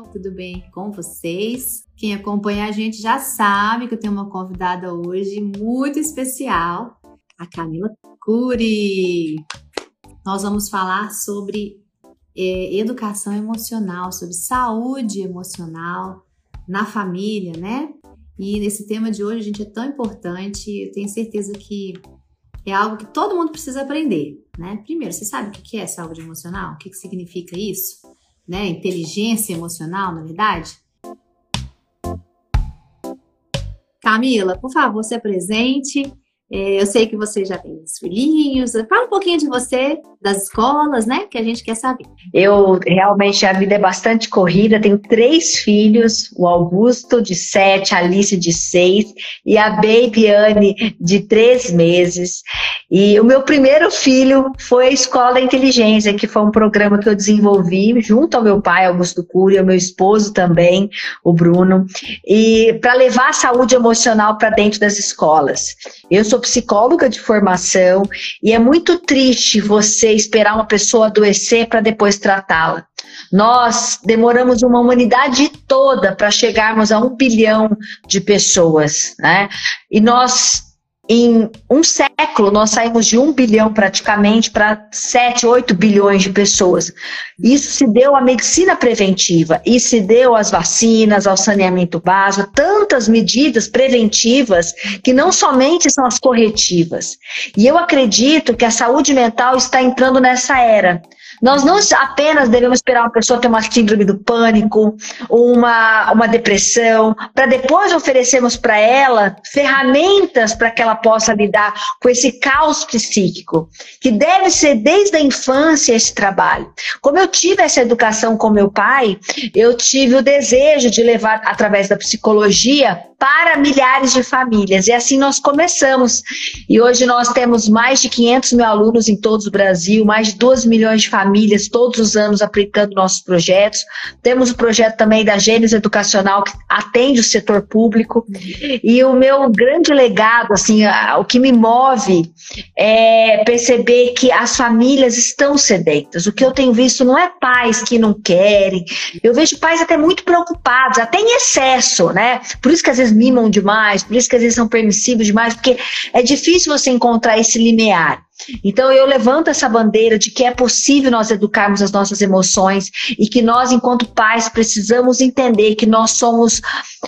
tudo bem com vocês? Quem acompanha a gente já sabe que eu tenho uma convidada hoje muito especial, a Camila Cury. Nós vamos falar sobre educação emocional, sobre saúde emocional na família, né? E nesse tema de hoje, gente, é tão importante, eu tenho certeza que é algo que todo mundo precisa aprender, né? Primeiro, você sabe o que é saúde emocional? O que significa isso? Né? Inteligência emocional, na verdade? Camila, por favor, se apresente. Eu sei que você já tem os filhinhos. Fala um pouquinho de você, das escolas, né? Que a gente quer saber. Realmente, a vida é bastante corrida. Tenho 3 filhos, o Augusto, de 7, a Alice, de 6, e a Baby Anne, de 3 meses. E o meu primeiro filho foi a Escola da Inteligência, que foi um programa que eu desenvolvi junto ao meu pai, Augusto Cury, ao meu esposo também, o Bruno, e para levar a saúde emocional para dentro das escolas. Eu sou psicóloga de formação e é muito triste você esperar uma pessoa adoecer para depois tratá-la. Nós demoramos uma humanidade toda para chegarmos a 1 bilhão de pessoas, né? E em um século, nós saímos de 1 bilhão praticamente para 7, 8 bilhões de pessoas. Isso se deu à medicina preventiva e se deu às vacinas, ao saneamento básico, tantas medidas preventivas que não somente são as corretivas. E eu acredito que a saúde mental está entrando nessa era. Nós não apenas devemos esperar uma pessoa ter uma síndrome do pânico, uma depressão, para depois oferecermos para ela ferramentas para que ela possa lidar com esse caos psíquico, que deve ser desde a infância esse trabalho. Como eu tive essa educação com meu pai, eu tive o desejo de levar, através da psicologia, para milhares de famílias, e assim nós começamos. E hoje nós temos mais de 500 mil alunos em todo o Brasil, mais de 2 milhões de famílias todos os anos aplicando nossos projetos. Temos o projeto também da Gênesis Educacional, que atende o setor público. E o meu grande legado, assim, o que me move é perceber que as famílias estão sedentas. O que eu tenho visto não é pais que não querem, eu vejo pais até muito preocupados, até em excesso, né? Por isso que às vezes mimam demais, por isso que às vezes são permissivos demais, porque é difícil você encontrar esse limiar. Então eu levanto essa bandeira de que é possível nós educarmos as nossas emoções e que nós, enquanto pais, precisamos entender que nós somos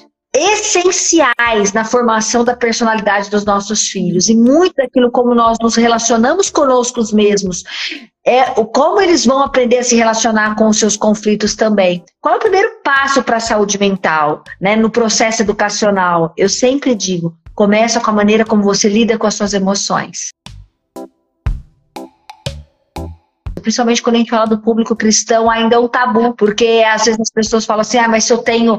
essenciais na formação da personalidade dos nossos filhos, e muito daquilo como nós nos relacionamos conosco mesmos, como eles vão aprender a se relacionar com os seus conflitos também. Qual é o primeiro passo para a saúde mental, né, no processo educacional? Eu sempre digo, começa com a maneira como você lida com as suas emoções. Principalmente quando a gente fala do público cristão, ainda é um tabu, porque às vezes as pessoas falam assim, mas se eu tenho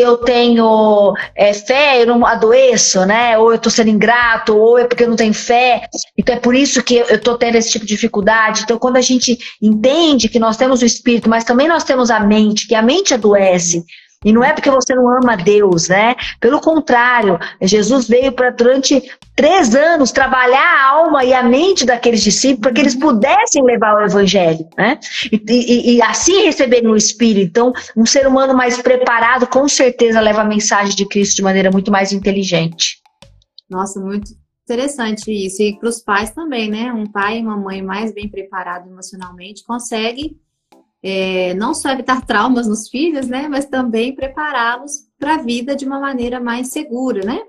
fé, eu não adoeço, né? Ou eu estou sendo ingrato, ou é porque eu não tenho fé, então é por isso que eu estou tendo esse tipo de dificuldade. Então quando a gente entende que nós temos o espírito, mas também nós temos a mente, que a mente adoece, e não é porque você não ama Deus, né? Pelo contrário, Jesus veio para, durante 3 anos, trabalhar a alma e a mente daqueles discípulos para que eles pudessem levar o evangelho, né? E assim receberem o Espírito. Então, um ser humano mais preparado, com certeza, leva a mensagem de Cristo de maneira muito mais inteligente. Nossa, muito interessante isso. E para os pais também, né? Um pai e uma mãe mais bem preparado emocionalmente consegue não só evitar traumas nos filhos, né, mas também prepará-los para a vida de uma maneira mais segura, né?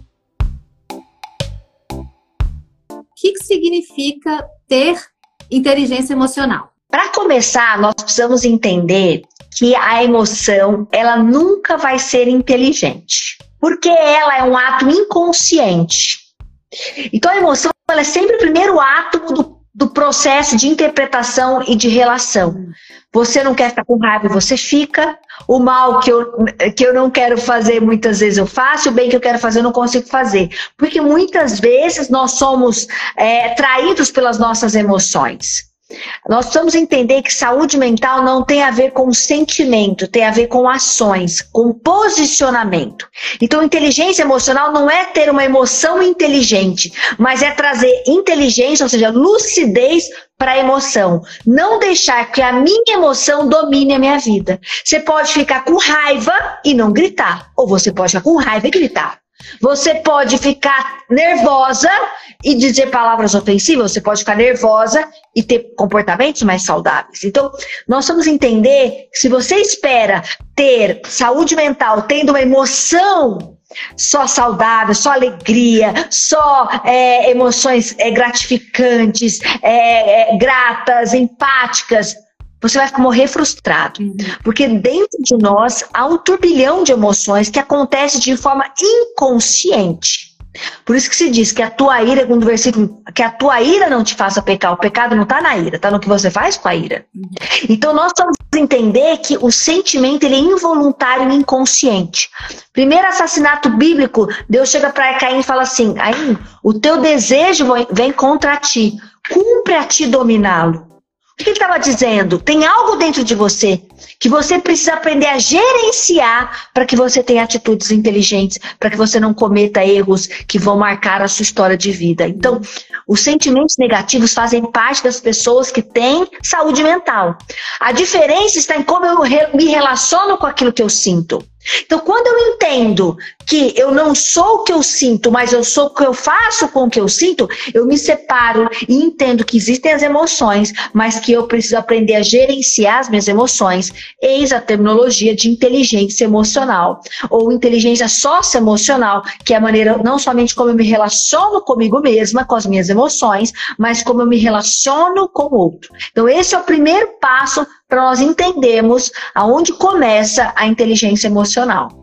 O que significa ter inteligência emocional? Para começar, nós precisamos entender que a emoção, ela nunca vai ser inteligente, porque ela é um ato inconsciente. Então a emoção, ela é sempre o primeiro ato do processo de interpretação e de relação. Você não quer ficar com raiva, você fica. O mal que eu não quero fazer, muitas vezes eu faço. O bem que eu quero fazer, eu não consigo fazer. Porque muitas vezes nós somos traídos pelas nossas emoções. Nós precisamos entender que saúde mental não tem a ver com sentimento, tem a ver com ações, com posicionamento. Então, inteligência emocional não é ter uma emoção inteligente, mas é trazer inteligência, ou seja, lucidez para a emoção. Não deixar que a minha emoção domine a minha vida. Você pode ficar com raiva e não gritar, ou você pode ficar com raiva e gritar. Você pode ficar nervosa e dizer palavras ofensivas, você pode ficar nervosa e ter comportamentos mais saudáveis. Então, nós vamos entender que se você espera ter saúde mental tendo uma emoção só saudável, só alegria, só emoções gratificantes, gratas, empáticas, você vai morrer frustrado. Porque dentro de nós há um turbilhão de emoções que acontece de forma inconsciente. Por isso que se diz que a tua ira, segundo o versículo, que a tua ira não te faça pecar. O pecado não está na ira, está no que você faz com a ira. Então nós vamos entender que o sentimento ele é involuntário e inconsciente. Primeiro assassinato bíblico, Deus chega para Caim e fala assim: Caim, o teu desejo vem contra ti, cumpre a ti dominá-lo. O que ele estava dizendo? Tem algo dentro de você que você precisa aprender a gerenciar para que você tenha atitudes inteligentes, para que você não cometa erros que vão marcar a sua história de vida. Então, os sentimentos negativos fazem parte das pessoas que têm saúde mental. A diferença está em como eu me relaciono com aquilo que eu sinto. Então, quando eu entendo que eu não sou o que eu sinto, mas eu sou o que eu faço com o que eu sinto, eu me separo e entendo que existem as emoções, mas que eu preciso aprender a gerenciar as minhas emoções. Eis a terminologia de inteligência emocional, ou inteligência socioemocional, que é a maneira não somente como eu me relaciono comigo mesma, com as minhas emoções, mas como eu me relaciono com o outro. Então, esse é o primeiro passo para nós entendermos aonde começa a inteligência emocional.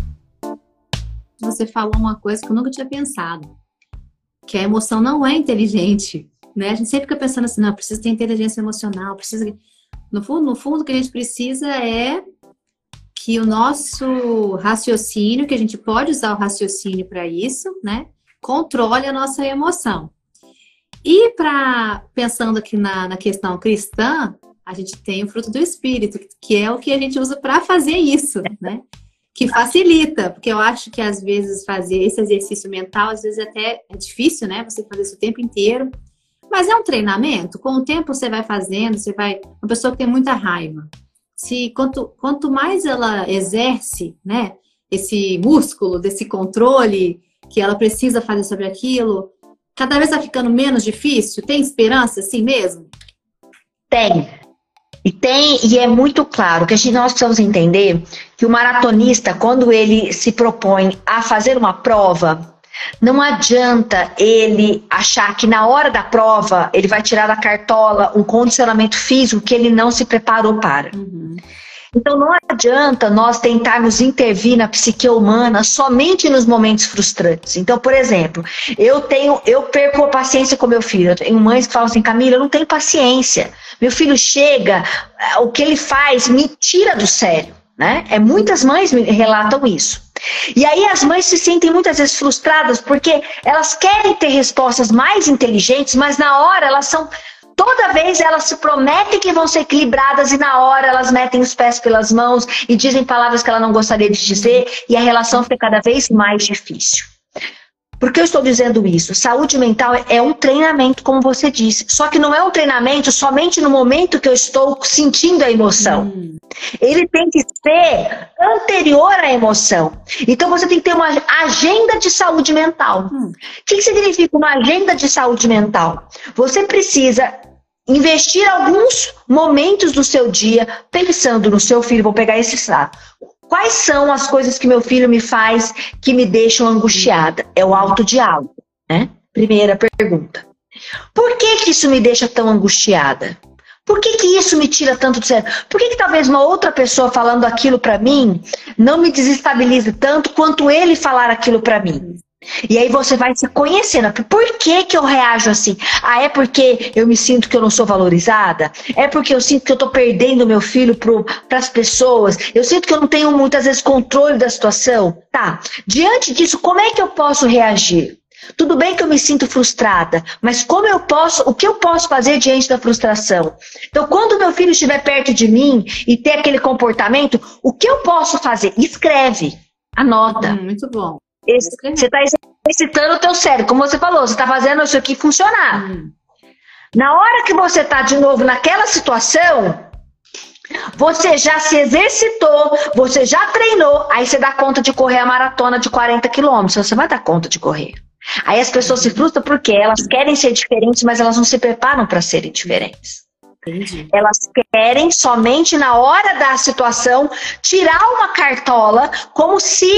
Você falou uma coisa que eu nunca tinha pensado, que a emoção não é inteligente, né? A gente sempre fica pensando assim, não, precisa ter inteligência emocional, precisa... No fundo, o que a gente precisa é que o nosso raciocínio, que a gente pode usar o raciocínio para isso, né? Controle a nossa emoção. E pensando aqui na questão cristã, a gente tem o fruto do Espírito, que é o que a gente usa para fazer isso, né? Que facilita, porque eu acho que às vezes fazer esse exercício mental, às vezes até é difícil, né? Você fazer isso o tempo inteiro. Mas é um treinamento. Com o tempo você vai fazendo, uma pessoa que tem muita raiva. Quanto mais ela exerce, né? Esse músculo, desse controle que ela precisa fazer sobre aquilo, cada vez vai ficando menos difícil. Tem esperança assim mesmo? Tem. E é muito claro que nós precisamos entender que o maratonista, quando ele se propõe a fazer uma prova, não adianta ele achar que na hora da prova ele vai tirar da cartola um condicionamento físico que ele não se preparou para. Então não adianta nós tentarmos intervir na psique humana somente nos momentos frustrantes. Então, por exemplo, eu perco a paciência com meu filho. Eu tenho mães que falam assim: Camila, eu não tenho paciência. Meu filho chega, o que ele faz me tira do sério, né? Muitas mães me relatam isso. E aí as mães se sentem muitas vezes frustradas porque elas querem ter respostas mais inteligentes, mas na hora elas são... Toda vez elas se prometem que vão ser equilibradas e na hora elas metem os pés pelas mãos e dizem palavras que ela não gostaria de dizer e a relação fica cada vez mais difícil. Por que eu estou dizendo isso? Saúde mental é um treinamento, como você disse. Só que não é um treinamento somente no momento que eu estou sentindo a emoção. Ele tem que ser anterior à emoção. Então você tem que ter uma agenda de saúde mental. O que significa uma agenda de saúde mental? Você precisa investir alguns momentos do seu dia pensando no seu filho. Vou pegar esse lado. Quais são as coisas que meu filho me faz que me deixam angustiada? É o autodiálogo, né? Primeira pergunta. Por que isso me deixa tão angustiada? Por que isso me tira tanto do sério? Por que talvez uma outra pessoa falando aquilo pra mim não me desestabilize tanto quanto ele falar aquilo pra mim? E aí você vai se conhecendo. Por que eu reajo assim? É porque eu me sinto que eu não sou valorizada? É porque eu sinto que eu tô perdendo meu filho pras pessoas? Eu sinto que eu não tenho muitas vezes controle da situação? Tá. Diante disso, como é que eu posso reagir? Tudo bem que eu me sinto frustrada, mas o que eu posso fazer diante da frustração? Então, quando meu filho estiver perto de mim e ter aquele comportamento, o que eu posso fazer? Escreve, anota. Muito bom. Você está exercitando o teu cérebro, como você falou, você está fazendo isso aqui funcionar. Na hora que você está de novo naquela situação, você já se exercitou, você já treinou, aí você dá conta de correr a maratona de 40 quilômetros, você vai dar conta de correr. Aí as pessoas se frustram porque elas querem ser diferentes, mas elas não se preparam para serem diferentes. Entendi. Elas querem somente na hora da situação tirar uma cartola como se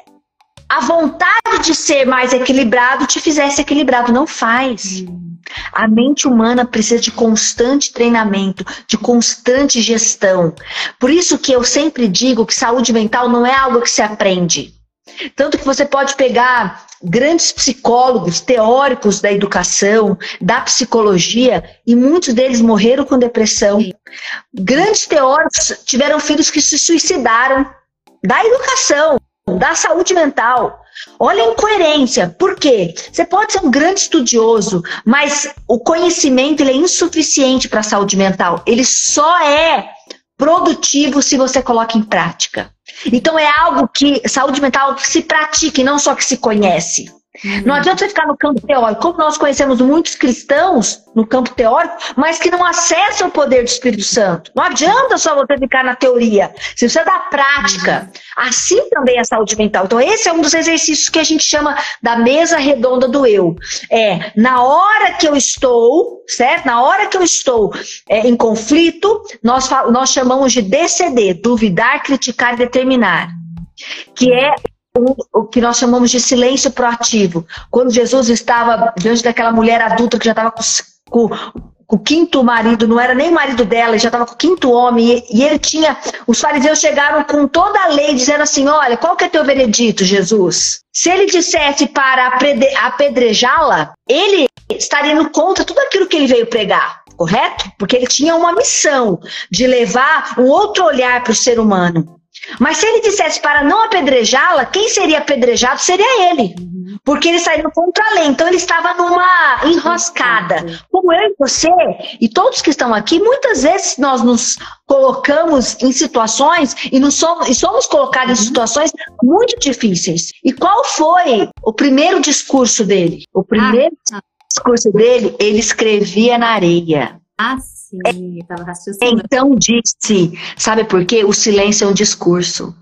a vontade de ser mais equilibrado te fizesse equilibrado. Não faz. A mente humana precisa de constante treinamento, de constante gestão. Por isso que eu sempre digo que saúde mental não é algo que se aprende. Tanto que você pode pegar grandes psicólogos, teóricos da educação, da psicologia, e muitos deles morreram com depressão. Sim. Grandes teóricos tiveram filhos que se suicidaram da educação, da saúde mental. Olha a incoerência. Por quê? Você pode ser um grande estudioso, mas o conhecimento ele é insuficiente para a saúde mental. Ele só é produtivo se você coloca em prática. Então é algo que saúde mental se pratica e não só que se conhece. Não adianta você ficar no campo teórico, como nós conhecemos muitos cristãos no campo teórico, mas que não acessam o poder do Espírito Santo. Não adianta só você ficar na teoria, se você dá prática. Assim também é a saúde mental. Então esse é um dos exercícios que a gente chama da mesa redonda do eu. Na hora que eu estou, certo? Na hora que eu estou em conflito, nós chamamos de DCD, duvidar, criticar e determinar. Que é o que nós chamamos de silêncio proativo. Quando Jesus estava diante daquela mulher adulta que já estava com o quinto marido, não era nem o marido dela, ele já estava com o quinto homem, e ele tinha, os fariseus chegaram com toda a lei, dizendo assim, olha, qual que é teu veredito, Jesus? Se ele dissesse para apedrejá-la, ele estaria indo contra tudo aquilo que ele veio pregar, correto? Porque ele tinha uma missão de levar um outro olhar para o ser humano. Mas se ele dissesse para não apedrejá-la, quem seria apedrejado seria ele. Porque ele saiu contra a lei. Então ele estava numa enroscada. Como eu e você, e todos que estão aqui, muitas vezes nós nos colocamos em situações e somos colocados em situações muito difíceis. E qual foi o primeiro discurso dele? O primeiro discurso dele, ele escrevia na areia. Sim, estava raciocinando. Então disse, sabe por quê? O silêncio é um discurso.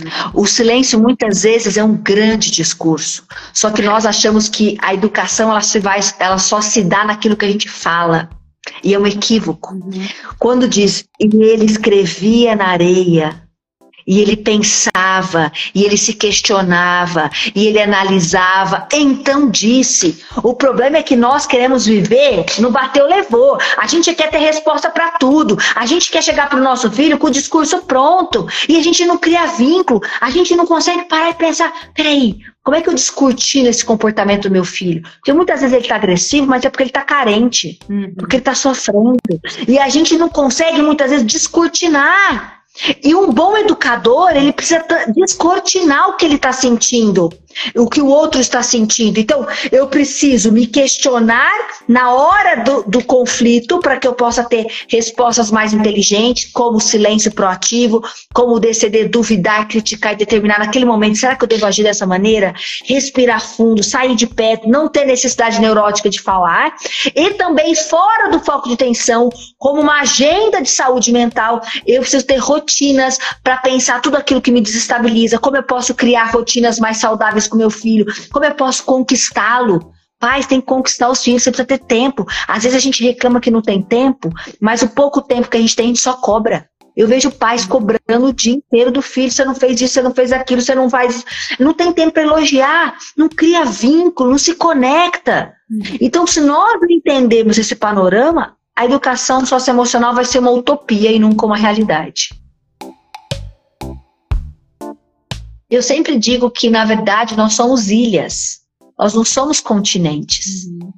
O silêncio muitas vezes é um grande discurso. Só que nós achamos que a educação ela só se dá naquilo que a gente fala. E é um equívoco. Quando diz, e ele escrevia na areia, e ele pensava, e ele se questionava, e ele analisava, então disse. O problema é que nós queremos viver no bateu, levou. A gente quer ter resposta para tudo. A gente quer chegar para o nosso filho com o discurso pronto. E a gente não cria vínculo. A gente não consegue parar e pensar, peraí, como é que eu descortino esse comportamento do meu filho? Porque muitas vezes ele está agressivo, mas é porque ele está carente. Porque ele está sofrendo. E a gente não consegue muitas vezes descortinar. E um bom educador, ele precisa descortinar o que ele está sentindo, o que o outro está sentindo. Então, eu preciso me questionar na hora do conflito para que eu possa ter respostas mais inteligentes, como o silêncio proativo, como o DCD, duvidar, criticar e determinar naquele momento, será que eu devo agir dessa maneira? Respirar fundo, sair de perto, não ter necessidade neurótica de falar. E também fora do foco de tensão, como uma agenda de saúde mental, eu preciso ter rotinas para pensar tudo aquilo que me desestabiliza, como eu posso criar rotinas mais saudáveis com meu filho, como eu posso conquistá-lo. Pais, tem que conquistar os filhos, você precisa ter tempo. Às vezes a gente reclama que não tem tempo, mas o pouco tempo que a gente só cobra. Eu vejo pais cobrando o dia inteiro do filho, você não fez isso, você não fez aquilo, você não faz isso. Não tem tempo para elogiar, não cria vínculo, não se conecta. Então, se nós não entendemos esse panorama, a educação socioemocional vai ser uma utopia e nunca uma realidade. Eu sempre digo que, na verdade, nós somos ilhas. Nós não somos continentes. Uhum.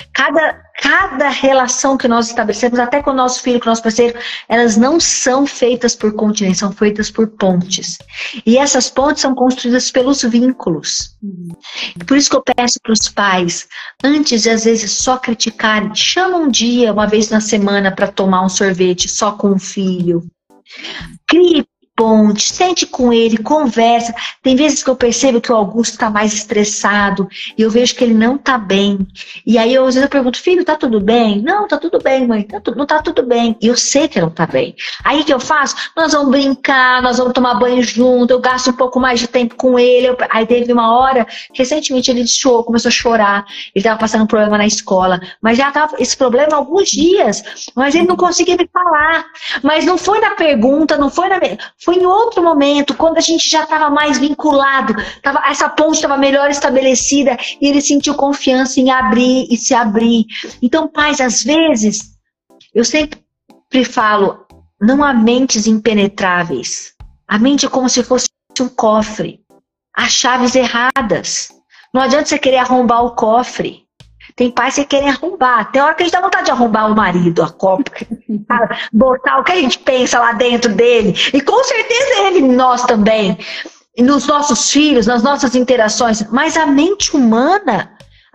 Cada relação que nós estabelecemos, até com o nosso filho, com o nosso parceiro, elas não são feitas por continentes, são feitas por pontes. E essas pontes são construídas pelos vínculos. Uhum. Por isso que eu peço para os pais, antes de às vezes só criticarem, chama um dia, uma vez na semana, para tomar um sorvete só com o filho. Crie ponte, sente com ele, conversa. Tem vezes que eu percebo que o Augusto está mais estressado e eu vejo que ele não está bem. E aí às vezes eu pergunto, filho, tá tudo bem? Não, tá tudo bem, mãe. Não tá tudo bem. E eu sei que não tá bem. Aí o que eu faço? Nós vamos brincar, nós vamos tomar banho junto, eu gasto um pouco mais de tempo com ele. Aí teve uma hora, recentemente ele começou a chorar. Ele estava passando um problema na escola. Mas já estava esse problema há alguns dias. Mas ele não conseguia me falar. Mas não foi na pergunta, não foi na... Foi em outro momento, quando a gente já estava mais vinculado, essa ponte estava melhor estabelecida e ele sentiu confiança em abrir e se abrir. Então, pais, às vezes, eu sempre falo, não há mentes impenetráveis. A mente é como se fosse um cofre. Há chaves erradas. Não adianta você querer arrombar o cofre. Tem pais que querem arrombar. Tem hora que a gente dá vontade de arrombar o marido, a copa, botar o que a gente pensa lá dentro dele. E com certeza ele, nós também. E nos nossos filhos, nas nossas interações. Mas a mente humana,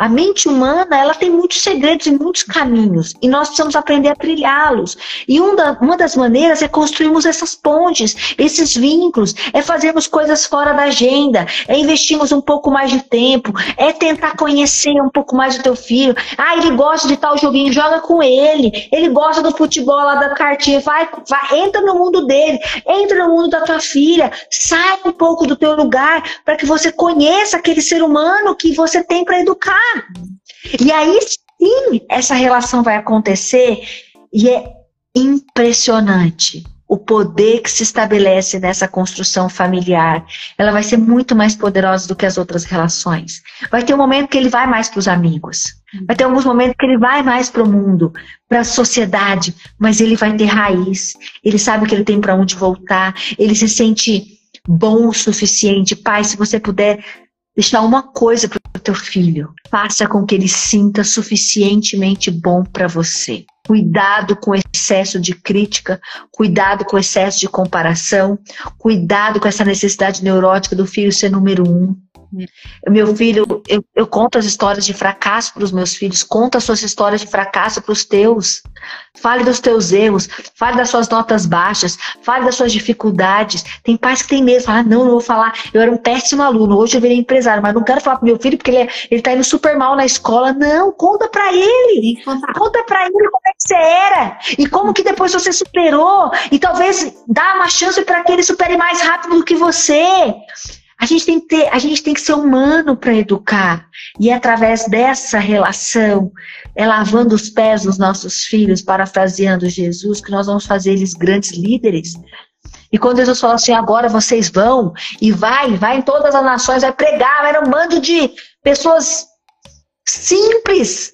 ela tem muitos segredos e muitos caminhos. E nós precisamos aprender a trilhá-los. E uma das maneiras é construirmos essas pontes, esses vínculos, é fazermos coisas fora da agenda, é investirmos um pouco mais de tempo, é tentar conhecer um pouco mais do teu filho. Ah, ele gosta de tal joguinho, joga com ele. Ele gosta do futebol lá da cartinha, vai, entra no mundo dele, entra no mundo da tua filha, sai um pouco do teu lugar para que você conheça aquele ser humano que você tem para educar. E aí sim, essa relação vai acontecer e é impressionante o poder que se estabelece nessa construção familiar. Ela vai ser muito mais poderosa do que as outras relações. Vai ter um momento que ele vai mais para os amigos. Vai ter alguns momentos que ele vai mais para o mundo, para a sociedade, mas ele vai ter raiz. Ele sabe que ele tem para onde voltar. Ele se sente bom o suficiente. Pai, se você puder deixar uma coisa para o teu filho, faça com que ele sinta suficientemente bom para você. Cuidado com excesso de crítica, cuidado com excesso de comparação, cuidado com essa necessidade neurótica do filho ser número 1. Meu filho, eu conto as histórias de fracasso para os meus filhos, conta as suas histórias de fracasso para os teus. Fale dos teus erros, fale das suas notas baixas, fale das suas dificuldades. Tem pais que têm medo, falam, não vou falar, eu era um péssimo aluno, hoje eu virei empresário, mas não quero falar para meu filho porque ele tá indo super mal na escola. Não, conta para ele. Conta para ele como é que você era e como que depois você superou e talvez dá uma chance para que ele supere mais rápido do que você. A gente tem que ser humano para educar. E é através dessa relação, lavando os pés dos nossos filhos, parafraseando Jesus, que nós vamos fazer eles grandes líderes. E quando Jesus fala assim, agora vocês vão, e vai em todas as nações, vai pregar, vai um bando de pessoas simples,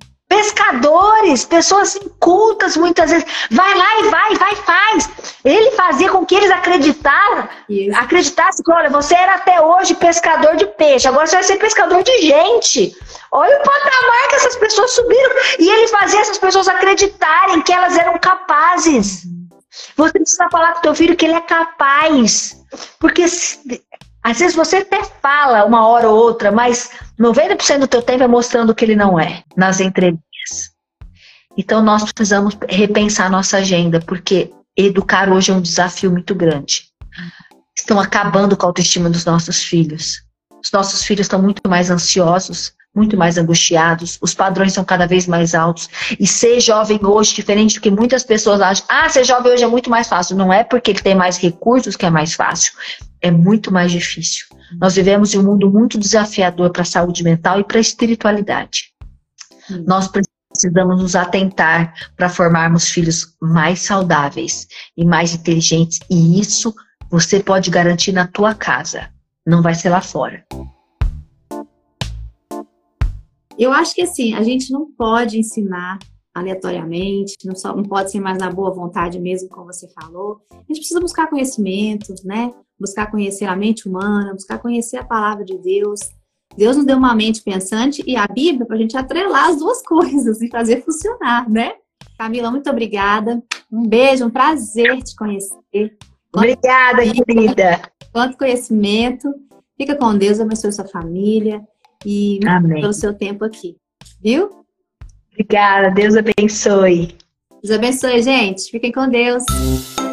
pescadores, pessoas incultas muitas vezes, vai lá e faz. Ele fazia com que eles acreditassem que, olha, você era até hoje pescador de peixe, agora você vai ser pescador de gente. Olha o patamar que essas pessoas subiram. E ele fazia essas pessoas acreditarem que elas eram capazes. Você precisa falar com o teu filho que ele é capaz. Porque às vezes você até fala uma hora ou outra, mas 90% do teu tempo é mostrando que ele não é, nas entrevistas. Então nós precisamos repensar nossa agenda, porque educar hoje é um desafio muito grande. Estão acabando com a autoestima dos nossos filhos. Os nossos filhos estão muito mais ansiosos, muito mais angustiados, os padrões são cada vez mais altos. E ser jovem hoje, diferente do que muitas pessoas acham, ser jovem hoje é muito mais fácil. Não é porque ele tem mais recursos que é mais fácil. É muito mais difícil. Nós vivemos em um mundo muito desafiador para a saúde mental e para a espiritualidade. Nós precisamos nos atentar para formarmos filhos mais saudáveis e mais inteligentes. E isso você pode garantir na tua casa. Não vai ser lá fora. Eu acho que assim, a gente não pode ensinar aleatoriamente, não pode ser mais na boa vontade mesmo, como você falou. A gente precisa buscar conhecimento, né? Buscar conhecer a mente humana, buscar conhecer a palavra de Deus. Deus nos deu uma mente pensante e a Bíblia para a gente atrelar as duas coisas e fazer funcionar, né? Camila, muito obrigada. Um beijo, um prazer te conhecer. Obrigada, querida. Quanto conhecimento. Fica com Deus, abençoe sua família e Amém. pelo seu tempo aqui. Viu? Obrigada, Deus abençoe. Deus abençoe, gente. Fiquem com Deus.